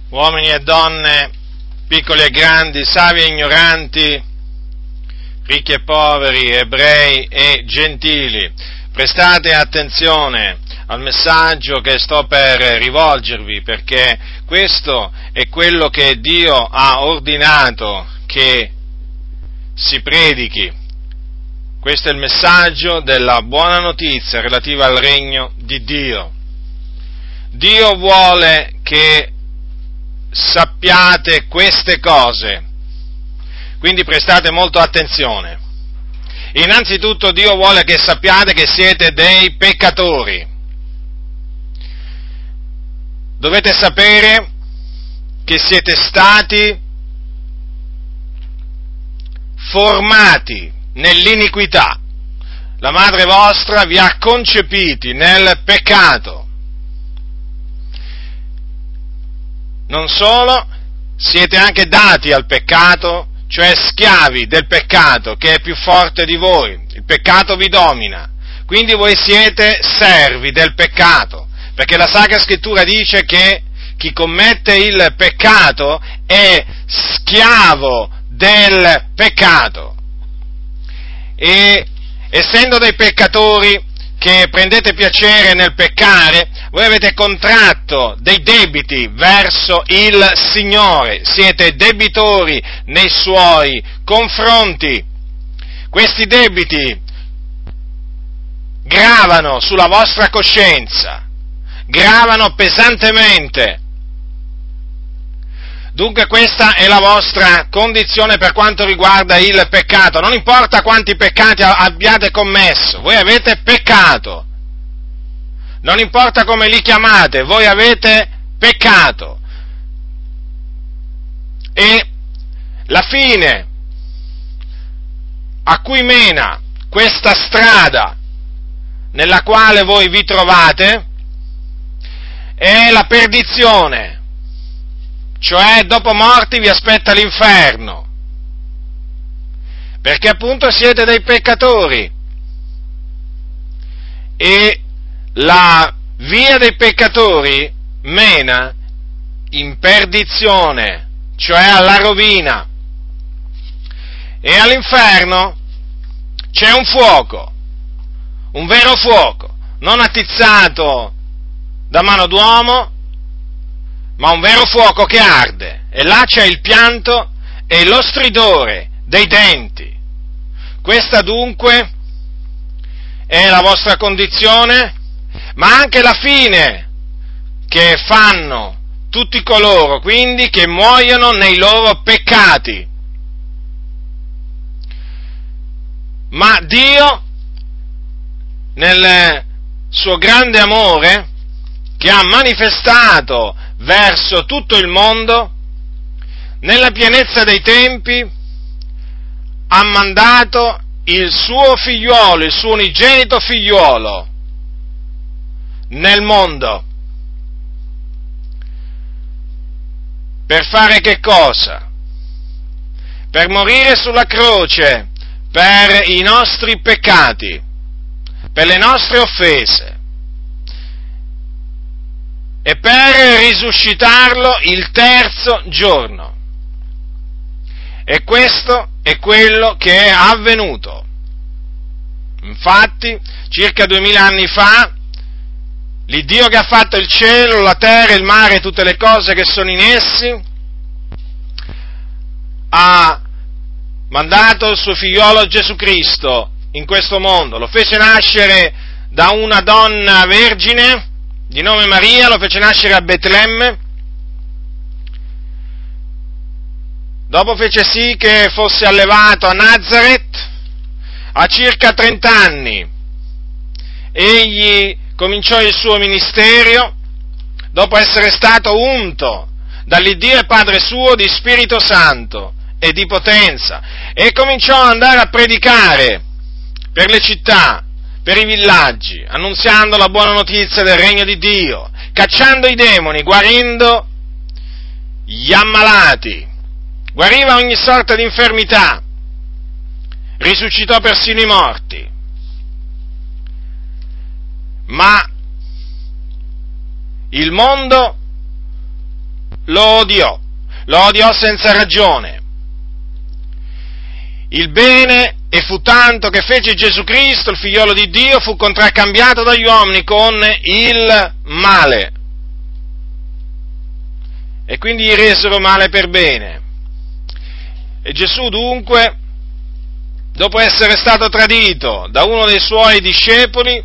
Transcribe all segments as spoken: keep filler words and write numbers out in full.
uomini e donne, piccoli e grandi, savi e ignoranti, ricchi e poveri, ebrei e gentili, prestate attenzione al messaggio che sto per rivolgervi, perché questo è quello che Dio ha ordinato che si predichi. Questo è il messaggio della buona notizia relativa al regno di Dio. Dio vuole che sappiate queste cose, quindi prestate molto attenzione. Innanzitutto Dio vuole che sappiate che siete dei peccatori. Dovete sapere che siete stati formati nell'iniquità. La madre vostra vi ha concepiti nel peccato. Non solo, siete anche dati al peccato, cioè schiavi del peccato che è più forte di voi. Il peccato vi domina, quindi voi siete servi del peccato, perché la Sacra Scrittura dice che chi commette il peccato è schiavo del peccato. E essendo dei peccatori che prendete piacere nel peccare, voi avete contratto dei debiti verso il Signore, siete debitori nei suoi confronti. Questi debiti gravano sulla vostra coscienza, gravano pesantemente. Dunque questa è la vostra condizione per quanto riguarda il peccato. Non importa quanti peccati abbiate commesso, voi avete peccato. Non importa come li chiamate, voi avete peccato. E la fine a cui mena questa strada nella quale voi vi trovate è la perdizione. Cioè, dopo morti vi aspetta l'inferno, perché appunto siete dei peccatori, e la via dei peccatori mena in perdizione, cioè alla rovina, e all'inferno c'è un fuoco, un vero fuoco, non attizzato da mano d'uomo, ma un vero fuoco che arde, e là c'è il pianto e lo stridore dei denti. Questa dunque è la vostra condizione, ma anche la fine che fanno tutti coloro, quindi, che muoiono nei loro peccati. Ma Dio, nel suo grande amore, che ha manifestato verso tutto il mondo, nella pienezza dei tempi, ha mandato il suo figliuolo, il suo unigenito figliuolo, nel mondo. Per fare che cosa? Per morire sulla croce per i nostri peccati, per le nostre offese, e per risuscitarlo il terzo giorno. E questo è quello che è avvenuto. Infatti, circa duemila anni fa, l'Iddio che ha fatto il cielo, la terra, il mare e tutte le cose che sono in essi, ha mandato il suo figliolo Gesù Cristo in questo mondo. Lo fece nascere da una donna vergine di nome Maria, lo fece nascere a Betlemme, dopo fece sì che fosse allevato a Nazareth. A circa trent'anni egli cominciò il suo ministero, dopo essere stato unto dall'Iddio e Padre suo di Spirito Santo e di potenza, e cominciò ad andare a predicare per le città, per i villaggi, annunziando la buona notizia del regno di Dio, cacciando i demoni, guarendo gli ammalati, guariva ogni sorta di infermità, risuscitò persino i morti. Ma il mondo lo odiò, lo odiò senza ragione. Il bene, e fu tanto che fece Gesù Cristo, il figliolo di Dio, fu contraccambiato dagli uomini con il male. E quindi gli resero male per bene. E Gesù dunque, dopo essere stato tradito da uno dei suoi discepoli,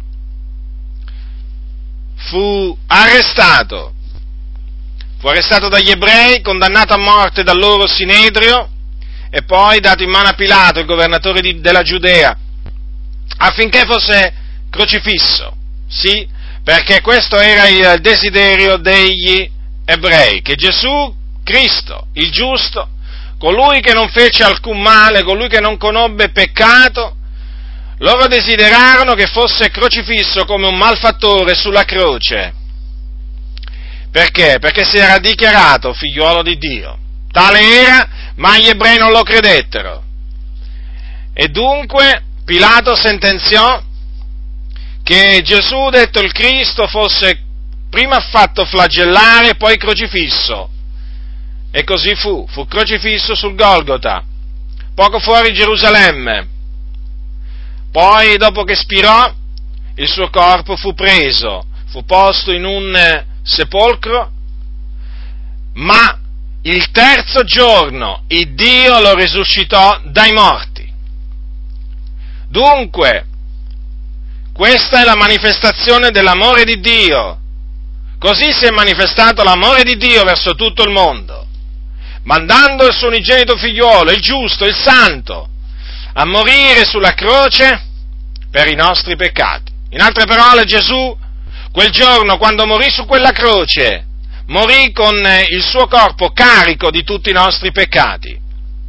fu arrestato. Fu arrestato dagli ebrei, condannato a morte dal loro Sinedrio, e poi dato in mano a Pilato, il governatore di, della Giudea, affinché fosse crocifisso, sì, perché questo era il desiderio degli ebrei, che Gesù Cristo, il giusto, colui che non fece alcun male, colui che non conobbe peccato, loro desiderarono che fosse crocifisso come un malfattore sulla croce. Perché? Perché si era dichiarato figliuolo di Dio. Tale era, ma gli ebrei non lo credettero. E dunque Pilato sentenziò che Gesù, detto il Cristo, fosse prima fatto flagellare e poi crocifisso. E così fu, fu crocifisso sul Golgota, poco fuori Gerusalemme. Poi, dopo che spirò, il suo corpo fu preso, fu posto in un sepolcro, ma il terzo giorno il Dio lo risuscitò dai morti. Dunque, questa è la manifestazione dell'amore di Dio. Così si è manifestato l'amore di Dio verso tutto il mondo, mandando il suo unigenito figliuolo, il giusto, il santo, a morire sulla croce per i nostri peccati. In altre parole, Gesù, quel giorno, quando morì su quella croce, morì con il suo corpo carico di tutti i nostri peccati,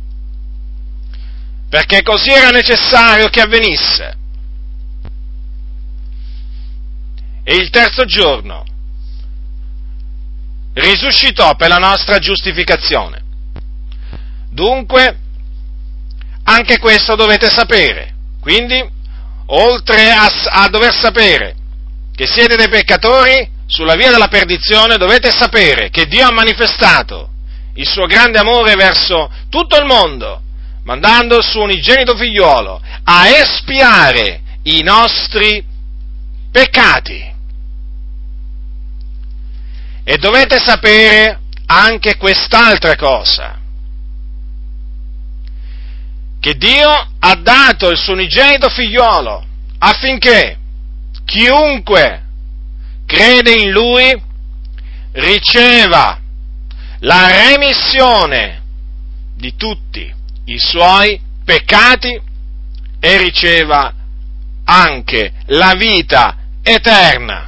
perché così era necessario che avvenisse. E il terzo giorno risuscitò per la nostra giustificazione. Dunque, anche questo dovete sapere. Quindi, oltre a, a dover sapere che siete dei peccatori sulla via della perdizione, dovete sapere che Dio ha manifestato il suo grande amore verso tutto il mondo, mandando il suo unigenito figliuolo a espiare i nostri peccati. E dovete sapere anche quest'altra cosa, che Dio ha dato il suo unigenito figliuolo affinché chiunque crede in Lui riceva la remissione di tutti i suoi peccati e riceva anche la vita eterna.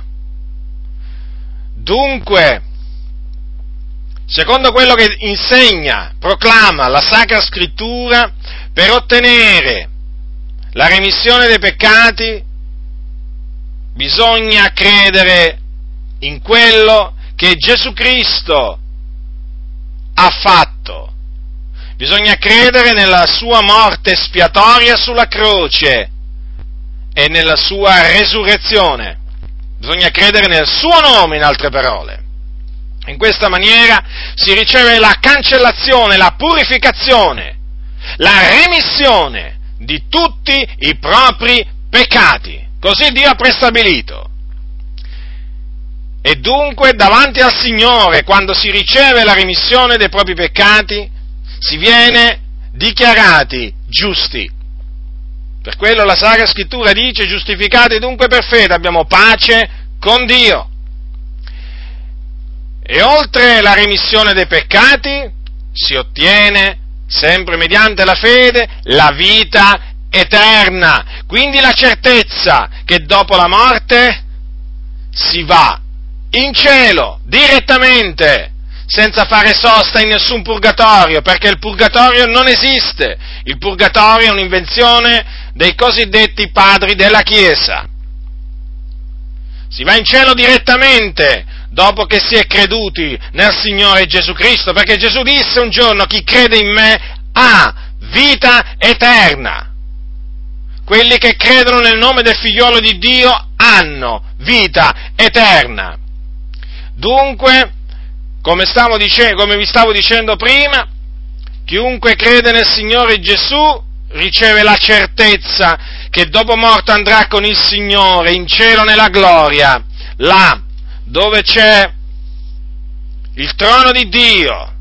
Dunque, secondo quello che insegna, proclama la Sacra Scrittura, per ottenere la remissione dei peccati bisogna credere in quello che Gesù Cristo ha fatto. Bisogna credere nella sua morte espiatoria sulla croce e nella sua resurrezione. Bisogna credere nel suo nome, in altre parole. In questa maniera si riceve la cancellazione, la purificazione, la remissione di tutti i propri peccati. Così Dio ha prestabilito. E dunque, davanti al Signore, quando si riceve la remissione dei propri peccati, si viene dichiarati giusti. Per quello la Sacra Scrittura dice: giustificati dunque per fede, abbiamo pace con Dio. E oltre la remissione dei peccati, si ottiene, sempre mediante la fede, la vita eterna. Quindi la certezza che dopo la morte si va in cielo, direttamente, senza fare sosta in nessun purgatorio, perché il purgatorio non esiste. Il purgatorio è un'invenzione dei cosiddetti padri della Chiesa. Si va in cielo direttamente dopo che si è creduti nel Signore Gesù Cristo, perché Gesù disse un giorno: chi crede in me ha vita eterna. Quelli che credono nel nome del Figliolo di Dio hanno vita eterna. Dunque, come, stavo dice- come vi stavo dicendo prima, chiunque crede nel Signore Gesù riceve la certezza che dopo morto andrà con il Signore in cielo nella gloria, là dove c'è il trono di Dio,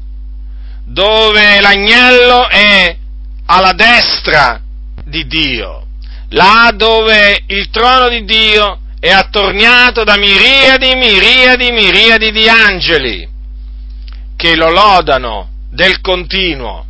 dove l'agnello è alla destra di Dio, là dove il trono di Dio è attorniato da miriadi, miriadi, miriadi di angeli che lo lodano del continuo,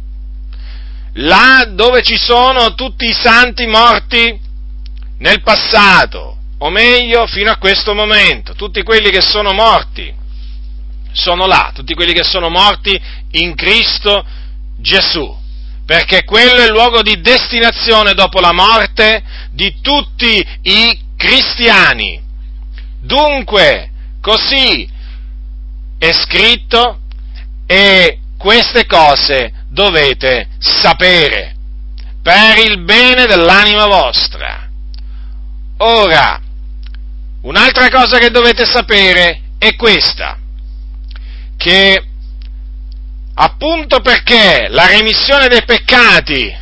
là dove ci sono tutti i santi morti nel passato, o meglio fino a questo momento, tutti quelli che sono morti sono là, tutti quelli che sono morti in Cristo Gesù, perché quello è il luogo di destinazione dopo la morte di tutti i cristiani. Dunque, così è scritto e queste cose dovete sapere per il bene dell'anima vostra. Ora, un'altra cosa che dovete sapere è questa, che appunto perché la remissione dei peccati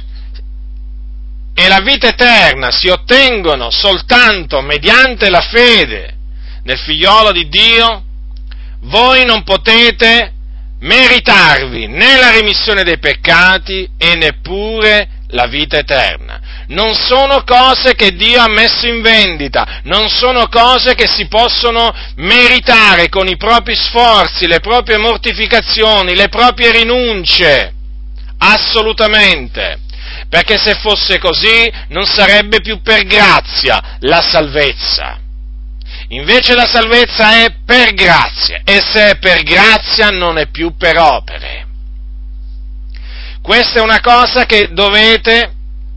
e la vita eterna si ottengono soltanto mediante la fede nel Figliolo di Dio, voi non potete meritarvi né la remissione dei peccati e neppure la vita eterna. Non sono cose che Dio ha messo in vendita, non sono cose che si possono meritare con i propri sforzi, le proprie mortificazioni, le proprie rinunce, assolutamente, perché se fosse così non sarebbe più per grazia la salvezza. Invece la salvezza è per grazia, e se è per grazia non è più per opere. Questa è una cosa che dovete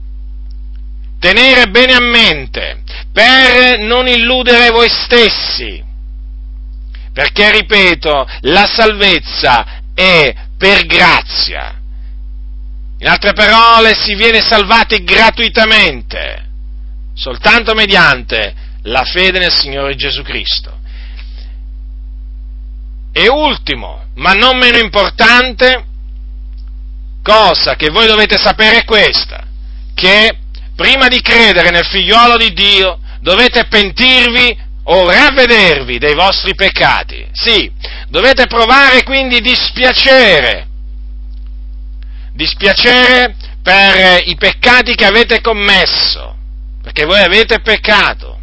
tenere bene a mente, per non illudere voi stessi, perché, ripeto, la salvezza è per grazia. In altre parole, si viene salvati gratuitamente, soltanto mediante la fede nel Signore Gesù Cristo. E ultimo, ma non meno importante, cosa che voi dovete sapere è questa, che prima di credere nel Figliolo di Dio dovete pentirvi o ravvedervi dei vostri peccati. Sì, dovete provare quindi dispiacere, dispiacere per i peccati che avete commesso, perché voi avete peccato,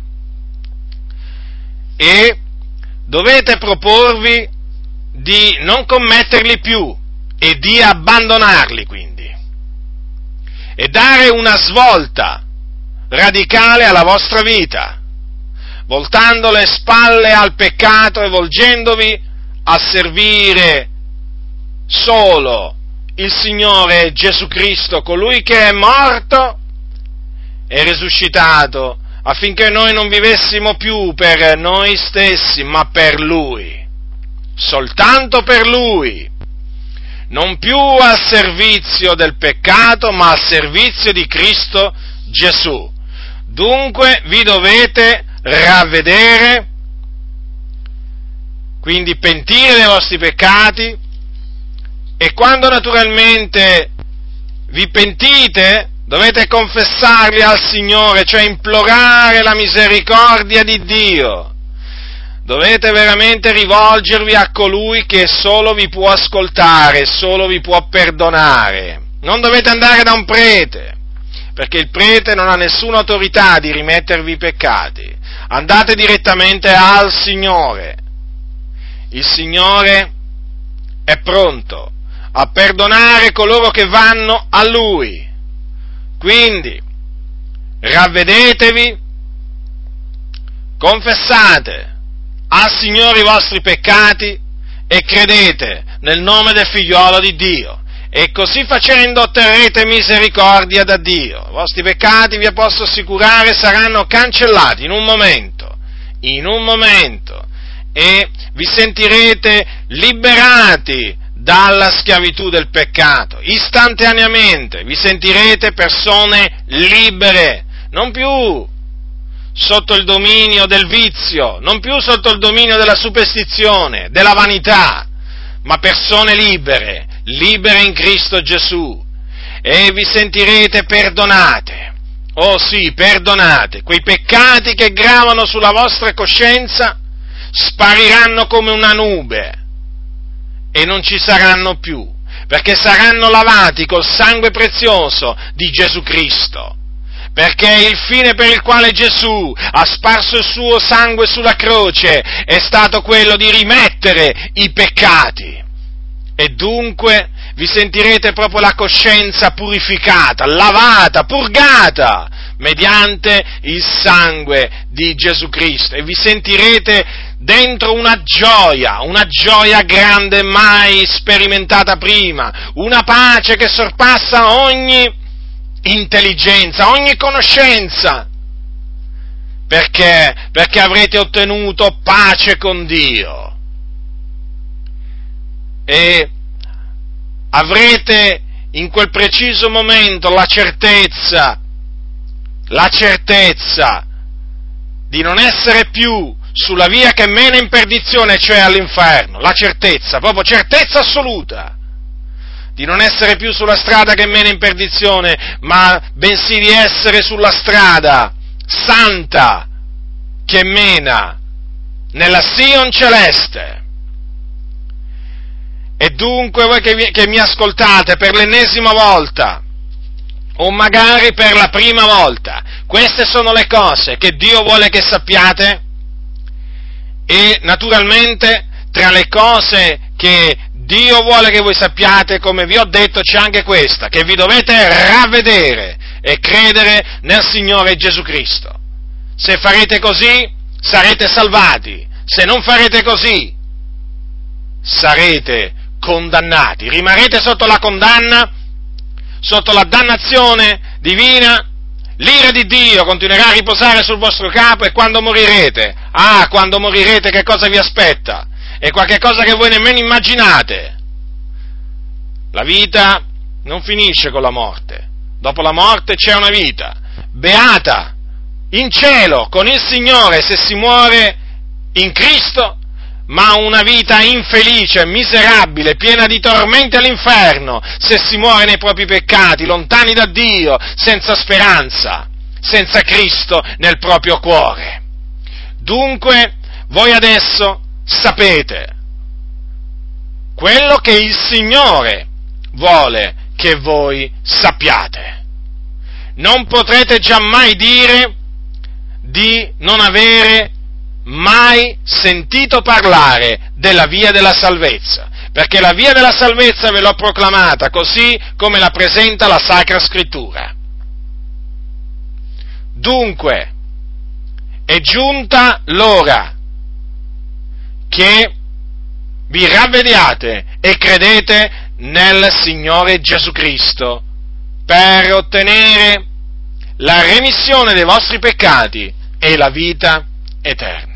e dovete proporvi di non commetterli più e di abbandonarli quindi, e dare una svolta radicale alla vostra vita, voltando le spalle al peccato e volgendovi a servire solo il Signore Gesù Cristo, colui che è morto e risuscitato, affinché noi non vivessimo più per noi stessi, ma per Lui, soltanto per Lui, non più al servizio del peccato, ma al servizio di Cristo Gesù. Dunque vi dovete ravvedere, quindi pentire dei vostri peccati, e quando naturalmente vi pentite dovete confessarli al Signore, cioè implorare la misericordia di Dio. Dovete veramente rivolgervi a colui che solo vi può ascoltare, solo vi può perdonare. Non dovete andare da un prete, perché il prete non ha nessuna autorità di rimettervi i peccati. Andate direttamente al Signore. Il Signore è pronto a perdonare coloro che vanno a Lui. Quindi, ravvedetevi, confessate al Signore i vostri peccati e credete nel nome del Figliolo di Dio, e così facendo otterrete misericordia da Dio. I vostri peccati, vi posso assicurare, saranno cancellati in un momento, in un momento, e vi sentirete liberati dalla schiavitù del peccato. Istantaneamente vi sentirete persone libere, non più sotto il dominio del vizio, non più sotto il dominio della superstizione, della vanità, ma persone libere, libere in Cristo Gesù, e vi sentirete perdonate. Oh sì, perdonate. Quei peccati che gravano sulla vostra coscienza spariranno come una nube e non ci saranno più, perché saranno lavati col sangue prezioso di Gesù Cristo. Perché il fine per il quale Gesù ha sparso il suo sangue sulla croce è stato quello di rimettere i peccati. E dunque vi sentirete proprio la coscienza purificata, lavata, purgata, mediante il sangue di Gesù Cristo. E vi sentirete dentro una gioia, una gioia grande mai sperimentata prima, una pace che sorpassa ogni intelligenza, ogni conoscenza, perché? Perché avrete ottenuto pace con Dio e avrete in quel preciso momento la certezza, la certezza di non essere più sulla via che mena in perdizione, cioè all'inferno, la certezza, proprio certezza assoluta, di non essere più sulla strada che mena in perdizione, ma bensì di essere sulla strada santa che mena nella Sion celeste. E dunque voi che, vi, che mi ascoltate per l'ennesima volta, o magari per la prima volta, queste sono le cose che Dio vuole che sappiate, e naturalmente tra le cose che Dio vuole che voi sappiate, come vi ho detto, c'è anche questa, che vi dovete ravvedere e credere nel Signore Gesù Cristo. Se farete così, sarete salvati. Se non farete così, sarete condannati. Rimarrete sotto la condanna, sotto la dannazione divina. L'ira di Dio continuerà a riposare sul vostro capo, e quando morirete, ah, quando morirete che cosa vi aspetta? È qualche cosa che voi nemmeno immaginate. La vita non finisce con la morte. Dopo la morte c'è una vita beata in cielo con il Signore se si muore in Cristo, ma una vita infelice, miserabile, piena di tormenti all'inferno se si muore nei propri peccati, lontani da Dio, senza speranza, senza Cristo nel proprio cuore. Dunque, voi adesso sapete quello che il Signore vuole che voi sappiate. Non potrete giammai dire di non avere mai sentito parlare della via della salvezza, perché la via della salvezza ve l'ho proclamata così come la presenta la Sacra Scrittura. Dunque, è giunta l'ora che vi ravvediate e credete nel Signore Gesù Cristo per ottenere la remissione dei vostri peccati e la vita eterna.